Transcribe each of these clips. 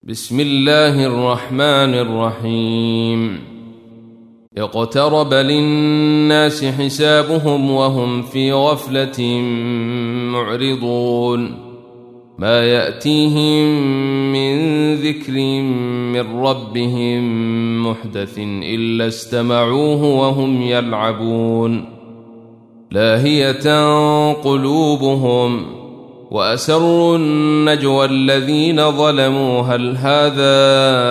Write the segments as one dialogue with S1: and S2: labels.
S1: بسم الله الرحمن الرحيم. اقترب للناس حسابهم وهم في غفلة معرضون ما يأتيهم من ذكر من ربهم محدث إلا استمعوه وهم يلعبون لاهية قلوبهم وأسروا النجوى الذين ظلموا هل هذا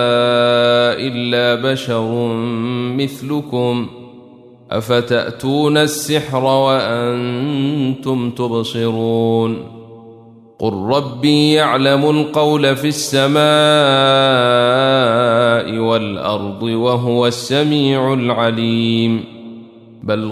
S1: إلا بشر مثلكم أفتأتون السحر وأنتم تبصرون قل ربي يعلم القول في السماء والأرض وهو السميع العليم بل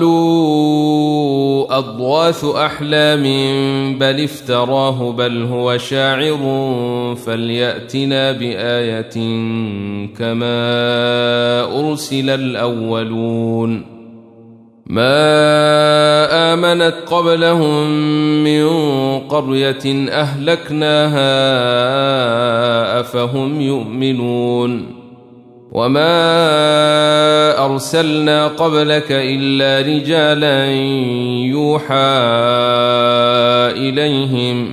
S1: قالوا أضغاث أحلام بل افتراه بل هو شاعر فليأتنا بآية كما أرسل الأولون ما آمنت قبلهم من قرية أهلكناها أفهم يؤمنون وما أرسلنا قبلك إلا رجالا يوحى إليهم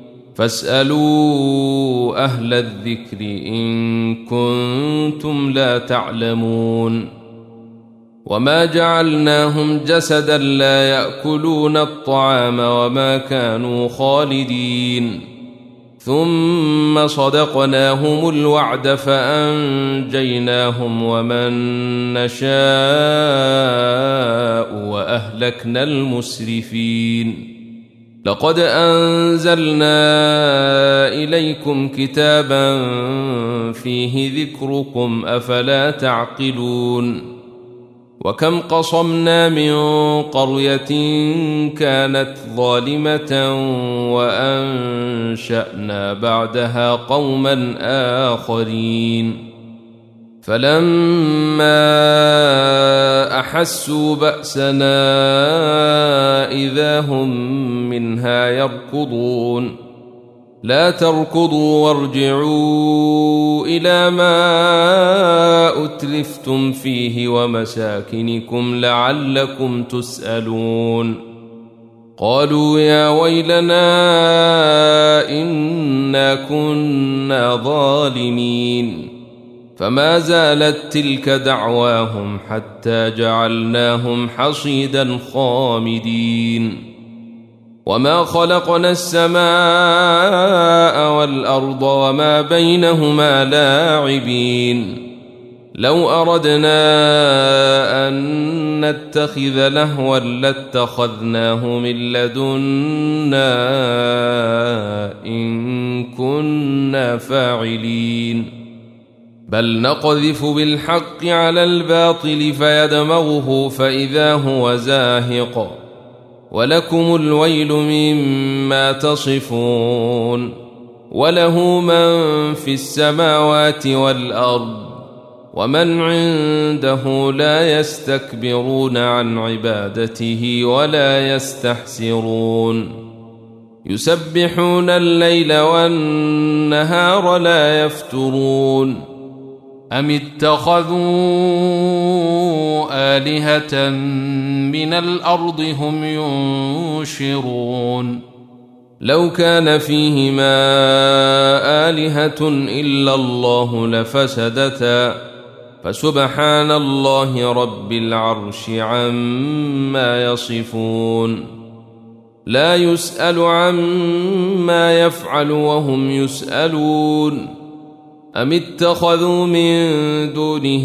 S1: فاسألوا أهل الذكر إن كنتم لا تعلمون وما جعلناهم جسدا لا يأكلون الطعام وما كانوا خالدين ثم صدقناهم الوعد فأنجيناهم ومن نشاء وأهلكنا المسرفين لقد أنزلنا إليكم كتابا فيه ذكركم أفلا تعقلون وكم قصمنا من قرية كانت ظالمة وأنشأنا بعدها قوما آخرين فلما أحسوا بأسنا إذا هم منها يركضون لا تركضوا وارجعوا إلى ما أترفتم فيه ومساكنكم لعلكم تسألون قالوا يا ويلنا إنا كنا ظالمين فما زالت تلك دعواهم حتى جعلناهم حصيدا خامدين وما خلقنا السماء والأرض وما بينهما لاعبين لو أردنا أن نتخذ لهوا لاتخذناه من لدنا إن كنا فاعلين بل نقذف بالحق على الباطل فيدمغه فإذا هو زاهق ولكم الويل مما تصفون وله من في السماوات والأرض ومن عنده لا يستكبرون عن عبادته ولا يستحسرون يسبحون الليل والنهار لا يفترون أم اتخذوا آلهة من الأرض هم ينشرون لو كان فيهما آلهة إلا الله لفسدتا فسبحان الله رب العرش عما يصفون لا يسأل عما يفعل وهم يسألون أم اتخذوا من دونه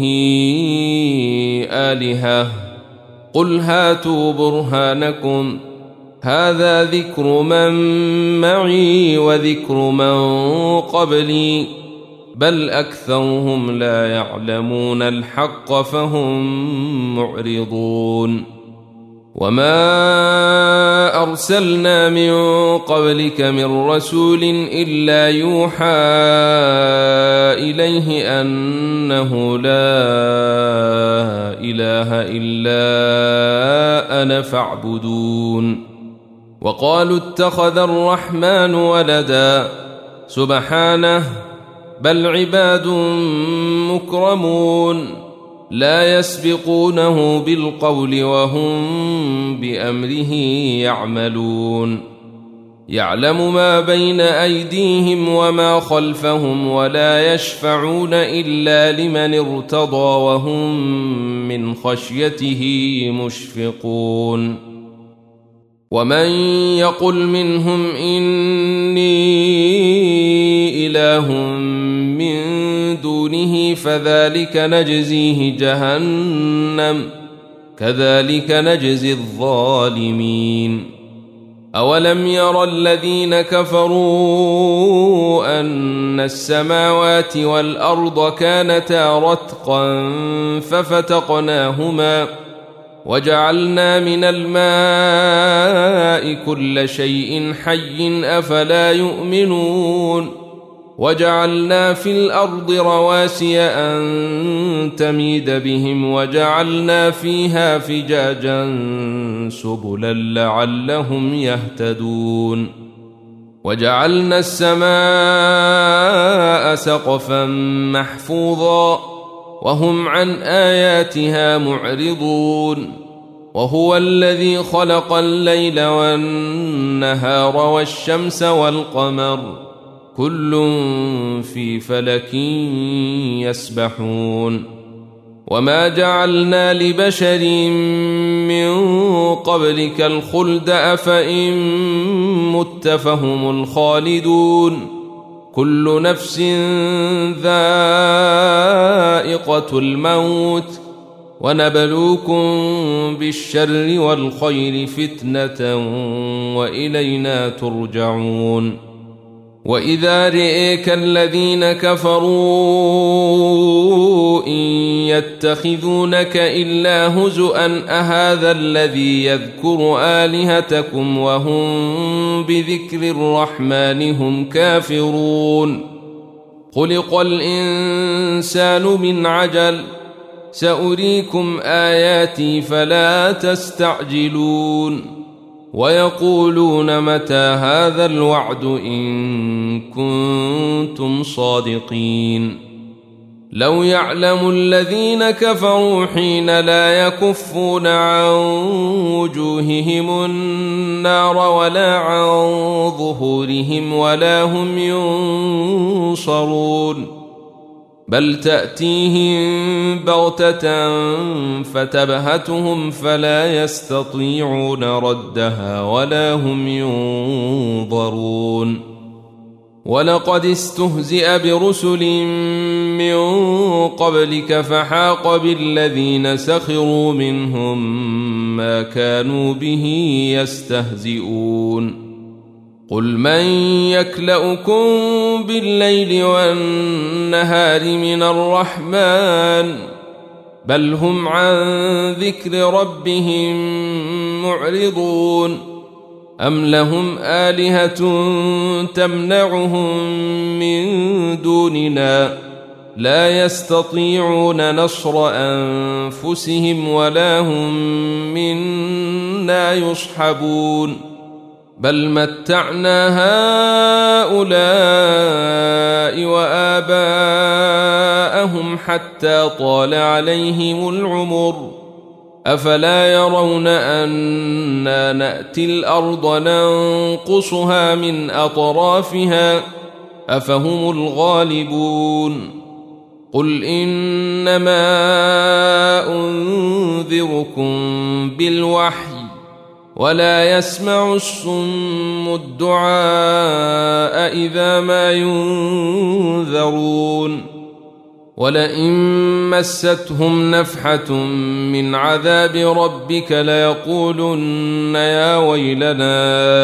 S1: آلهة قل هاتوا برهانكم هذا ذكر من معي وذكر من قبلي بل أكثرهم لا يعلمون الحق فهم معرضون وما أرسلنا من قبلك من رسول إلا يوحى إليه أنه لا إله إلا أنا فاعبدون وقالوا اتخذ الرحمن ولدا سبحانه بل عباد مكرمون لا يسبقونه بالقول وهم بأمره يعملون يعلم ما بين أيديهم وما خلفهم ولا يشفعون إلا لمن ارتضى وهم من خشيته مشفقون ومن يقل منهم إني إله من دونه فذلك نجزيه جهنم كذلك نجزي الظالمين أولم ير الذين كفروا أن السماوات والأرض كانتا رتقا ففتقناهما وجعلنا من الماء كل شيء حي أفلا يؤمنون وجعلنا في الأرض رواسي أن تميد بهم وجعلنا فيها فجاجا سبلا لعلهم يهتدون وجعلنا السماء سقفا محفوظا وهم عن آياتها معرضون وهو الذي خلق الليل والنهار والشمس والقمر كل في فلك يسبحون وما جعلنا لبشر من قبلك الخلد أفإن مت فهم الخالدون كل نفس ذائقة الموت ونبلوكم بالشر والخير فتنة وإلينا ترجعون وإذا رئيك الذين كفروا إن يتخذونك إلا هزؤا أهذا الذي يذكر آلهتكم وهم بذكر الرحمن هم كافرون خلق الإنسان من عجل سأريكم آياتي فلا تستعجلون ويقولون متى هذا الوعد إن كنتم صادقين لو يعلم الذين كفروا حين لا يكفون عن وجوههم النار ولا عن ظهورهم ولا هم ينصرون بل تأتيهم بغتة فتبهتهم فلا يستطيعون ردها ولا هم ينظرون ولقد استهزئ برسل من قبلك فحاق بالذين سخروا منهم ما كانوا به يستهزئون قل من يكلؤكم بالليل والنهار من الرحمن بل هم عن ذكر ربهم معرضون أم لهم آلهة تمنعهم من دوننا لا يستطيعون نصر أنفسهم ولا هم منا يصحبون بل متعنا هؤلاء وآباءهم حتى طال عليهم العمر أفلا يرون أنا نأتي الأرض ننقصها من أطرافها أفهم الغالبون قل إنما أنذركم بالوحي ولا يسمع الصم الدعاء إذا ما ينذرون ولئن مستهم نفحة من عذاب ربك ليقولن يا ويلنا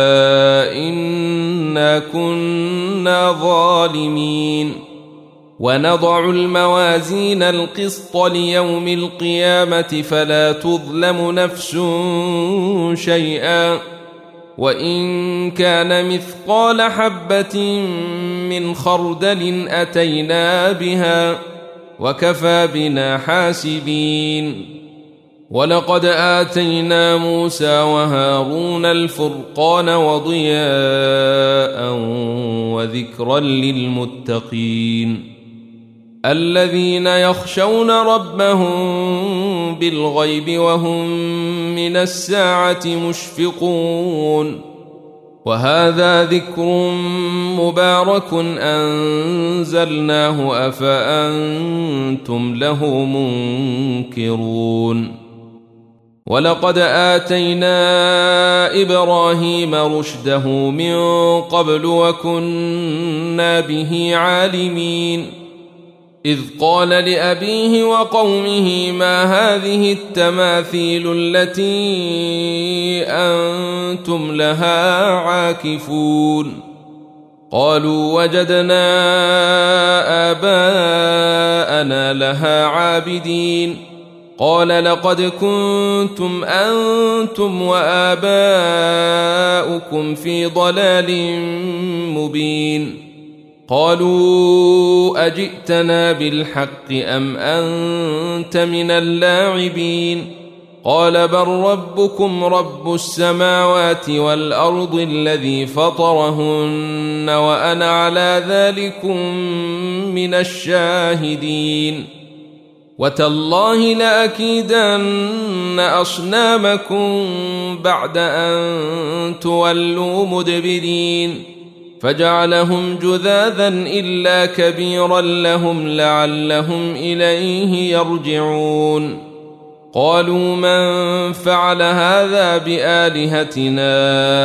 S1: إنا كنا ظالمين ونضع الموازين القسط ليوم القيامة فلا تظلم نفس شيئا وإن كان مثقال حبة من خردل أتينا بها وكفى بنا حاسبين ولقد آتينا موسى وهارون الفرقان وضياء وذكرا للمتقين الذين يخشون ربهم بالغيب وهم من الساعة مشفقون وهذا ذكر مبارك أنزلناه أفأنتم له منكرون ولقد آتينا إبراهيم رشده من قبل وكنا به عالمين إذ قال لأبيه وقومه ما هذه التماثيل التي أنتم لها عاكفون قالوا وجدنا آباءنا لها عابدين قال لقد كنتم أنتم وآباؤكم في ضلال مبين قالوا أجئتنا بالحق أم أنت من اللاعبين قال بل ربكم رب السماوات والأرض الذي فطرهن وأنا على ذلكم من الشاهدين وتالله لأكيدن أصنامكم بعد أن تولوا مدبرين فجعلهم جذاذا إلا كبيرا لهم لعلهم إليه يرجعون قالوا من فعل هذا بآلهتنا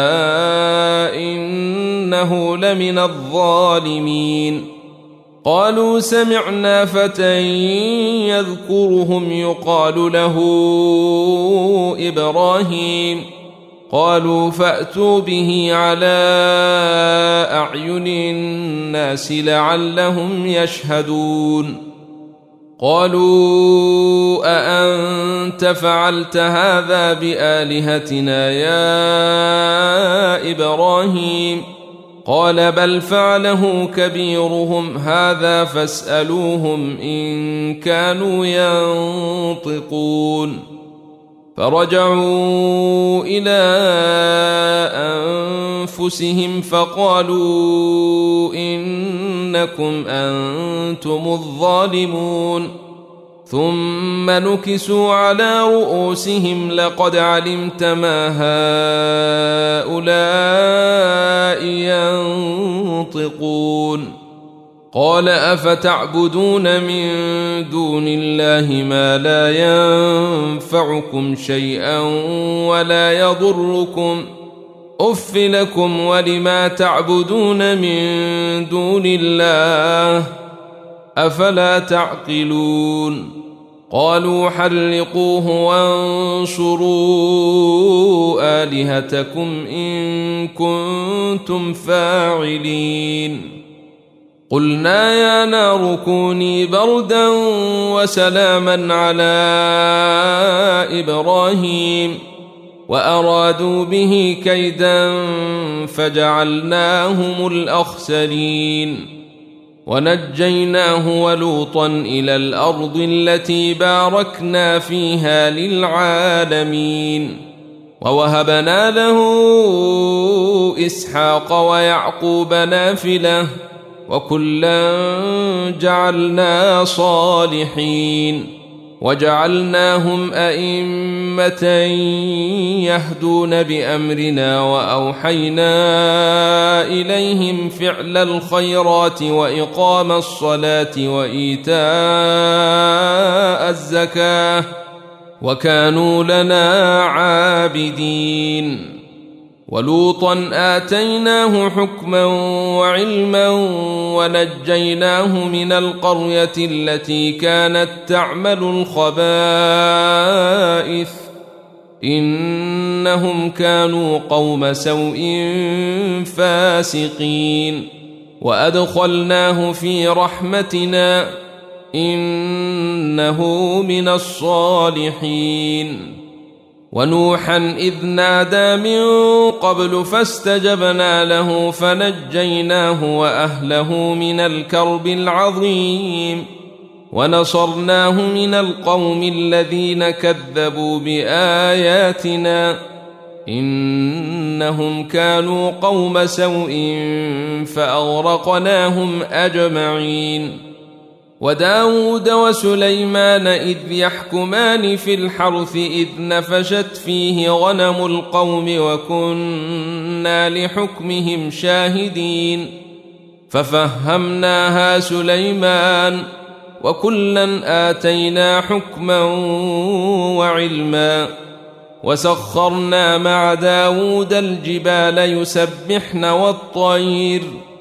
S1: إنه لمن الظالمين قالوا سمعنا فتى يذكرهم يقال له إبراهيم قالوا فأتوا به على أعين الناس لعلهم يشهدون قالوا أأنت فعلت هذا بآلهتنا يا إبراهيم قال بل فعله كبيرهم هذا فاسألوهم إن كانوا ينطقون فرجعوا إلى أنفسهم فقالوا إنكم أنتم الظالمون ثم نكسوا على رؤوسهم لقد علمت ما هؤلاء ينطقون قال أفتعبدون من دون الله ما لا ينفعكم شيئا ولا يضركم أف لكم ولما تعبدون من دون الله أفلا تعقلون قالوا حرقوه وانصروا آلهتكم إن كنتم فاعلين قلنا يا نار كوني بردا وسلاما على إبراهيم وأرادوا به كيدا فجعلناهم الأخسرين ونجيناه ولوطا إلى الأرض التي باركنا فيها للعالمين ووهبنا له إسحاق ويعقوب نافلة وكلا جعلنا صالحين وجعلناهم أئمة يهدون بأمرنا وأوحينا إليهم فعل الخيرات وإقام الصلاة وإيتاء الزكاة وكانوا لنا عابدين ولوطا آتيناه حكما وعلما ونجيناه من القرية التي كانت تعمل الخبائث إنهم كانوا قوم سوء فاسقين وأدخلناه في رحمتنا إنه من الصالحين ونوحا إذ نادى من قبل فاستجبنا له فنجيناه وأهله من الكرب العظيم ونصرناه من القوم الذين كذبوا بآياتنا إنهم كانوا قوم سوء فأغرقناهم أجمعين وداود وسليمان إذ يحكمان في الحرث إذ نفشت فيه غنم القوم وكنا لحكمهم شاهدين ففهمناها سليمان وكلا آتينا حكما وعلما وسخرنا مع داود الجبال يسبحن والطير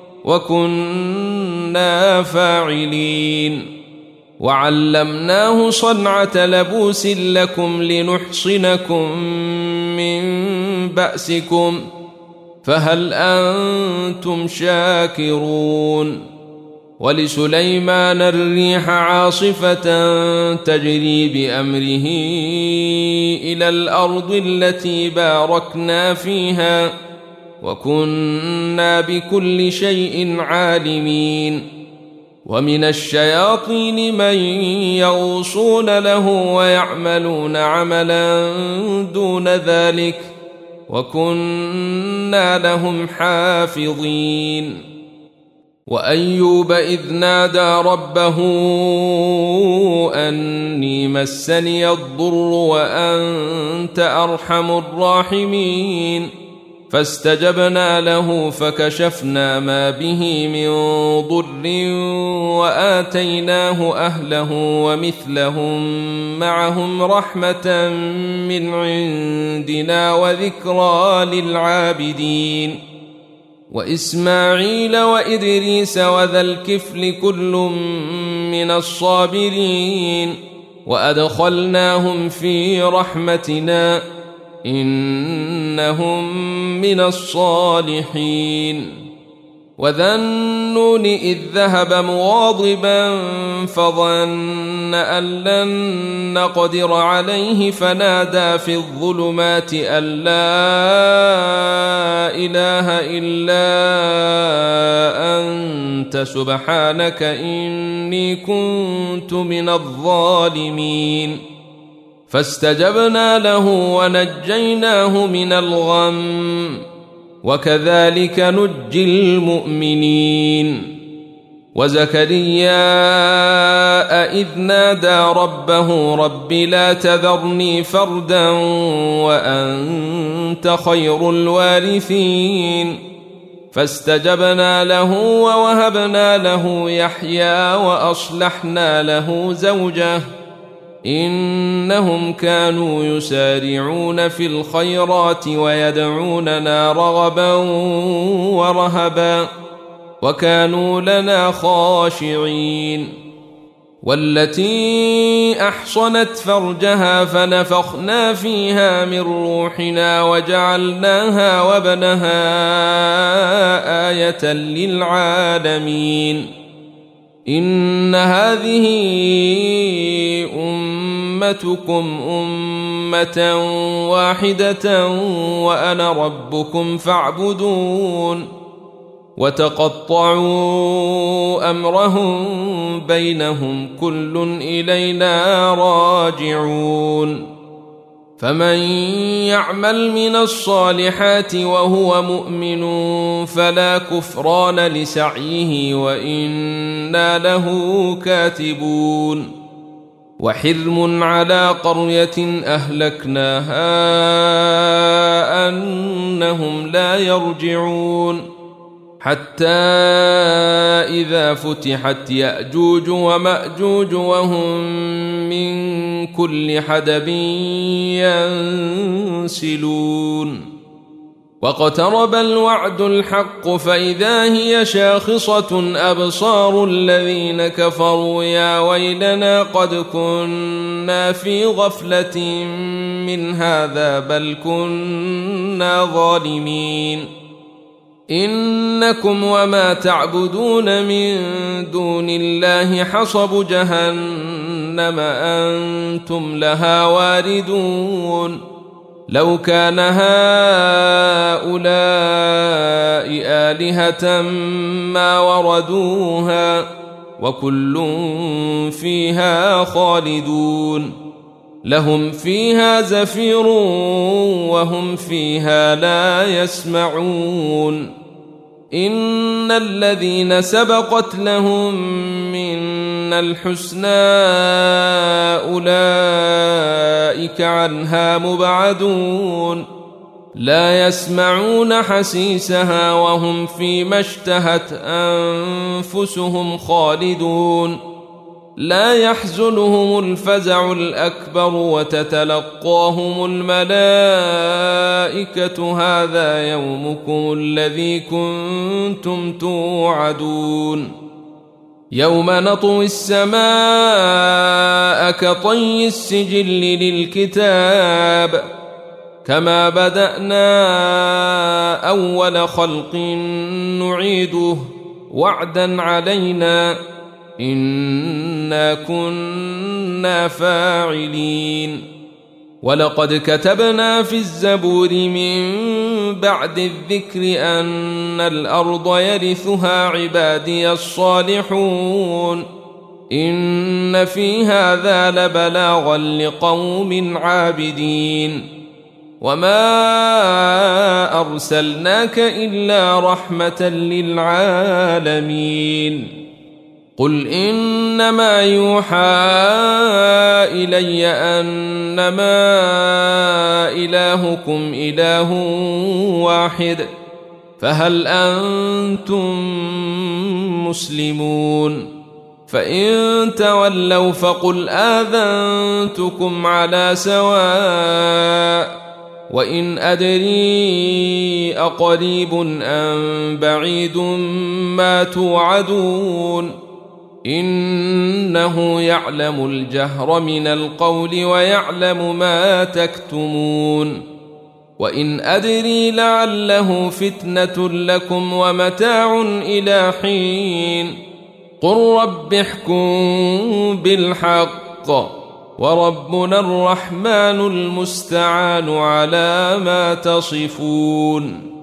S1: وكنا فاعلين وعلمناه صنعة لبوس لكم لنحصنكم من بأسكم فهل أنتم شاكرون ولسليمان الريح عاصفة تجري بأمره إلى الأرض التي باركنا فيها وكنا بكل شيء عالمين ومن الشياطين من يغوصون له ويعملون عملا دون ذلك وكنا لهم حافظين وأيوب إذ نادى ربه أني مسني الضر وأنت أرحم الراحمين فاستجبنا له فكشفنا ما به من ضر وآتيناه أهله ومثلهم معهم رحمة من عندنا وذكرى للعابدين وإسماعيل وإدريس وذا الكفل كل من الصابرين وأدخلناهم في رحمتنا إنهم من الصالحين وذا النون إذ ذهب مغاضبا فظن أن لن نقدر عليه فنادى في الظلمات أن لا إله إلا أنت سبحانك إني كنت من الظالمين فاستجبنا له ونجيناه من الغم وكذلك نجي المؤمنين وزكريا إذ نادى ربه رب لا تذرني فردا وأنت خير الوارثين فاستجبنا له ووهبنا له يحيى وأصلحنا له زوجه إنهم كانوا يسارعون في الخيرات ويدعوننا رغبا ورهبا وكانوا لنا خاشعين والتي أحصنت فرجها فنفخنا فيها من روحنا وجعلناها وابنها آية للعالمين إن هذه أمتكم أمة واحدة وأنا ربكم فاعبدون وتقطعوا أمرهم بينهم كل إلينا راجعون فمن يعمل من الصالحات وهو مؤمن فلا كفران لسعيه وإنا له كاتبون وحرم على قرية أهلكناها أنهم لا يرجعون حتى إذا فتحت يأجوج ومأجوج وهم من كل حدب ينسلون واقترب الوعد الحق فإذا هي شاخصة أبصار الذين كفروا يا ويلنا قد كنا في غفلة من هذا بل كنا ظالمين إنكم وما تعبدون من دون الله حصب جهنم أنتم لها واردون لو كان هؤلاء آلهة ما وردوها وكل فيها خالدون لهم فيها زفير وهم فيها لا يسمعون إن الذين سبقت لهم منا الحسنى أولئك عنها مبعدون لا يسمعون حسيسها وهم فيما اشتهت أنفسهم خالدون لا يحزنهم الفزع الأكبر وتتلقاهم الملائكة هذا يومكم الذي كنتم توعدون يوم نطوي السماء كطي السجل للكتاب كما بدأنا أول خلق نعيده وعدا علينا إنا كنا فاعلين ولقد كتبنا في الزبور من بعد الذكر أن الأرض يرثها عبادي الصالحون إن في هذا لبلاغا لقوم عابدين وما أرسلناك إلا رحمة للعالمين قل إنما يوحى إلي أنما إلهكم إله واحد فهل أنتم مسلمون فإن تولوا فقل آذنتكم على سواء وإن أدري أقريب أم بعيد ما توعدون إنه يعلم الجهر من القول ويعلم ما تكتمون وإن أدري لعله فتنة لكم ومتاع إلى حين قل رب احكم بالحق وربنا الرحمن المستعان على ما تصفون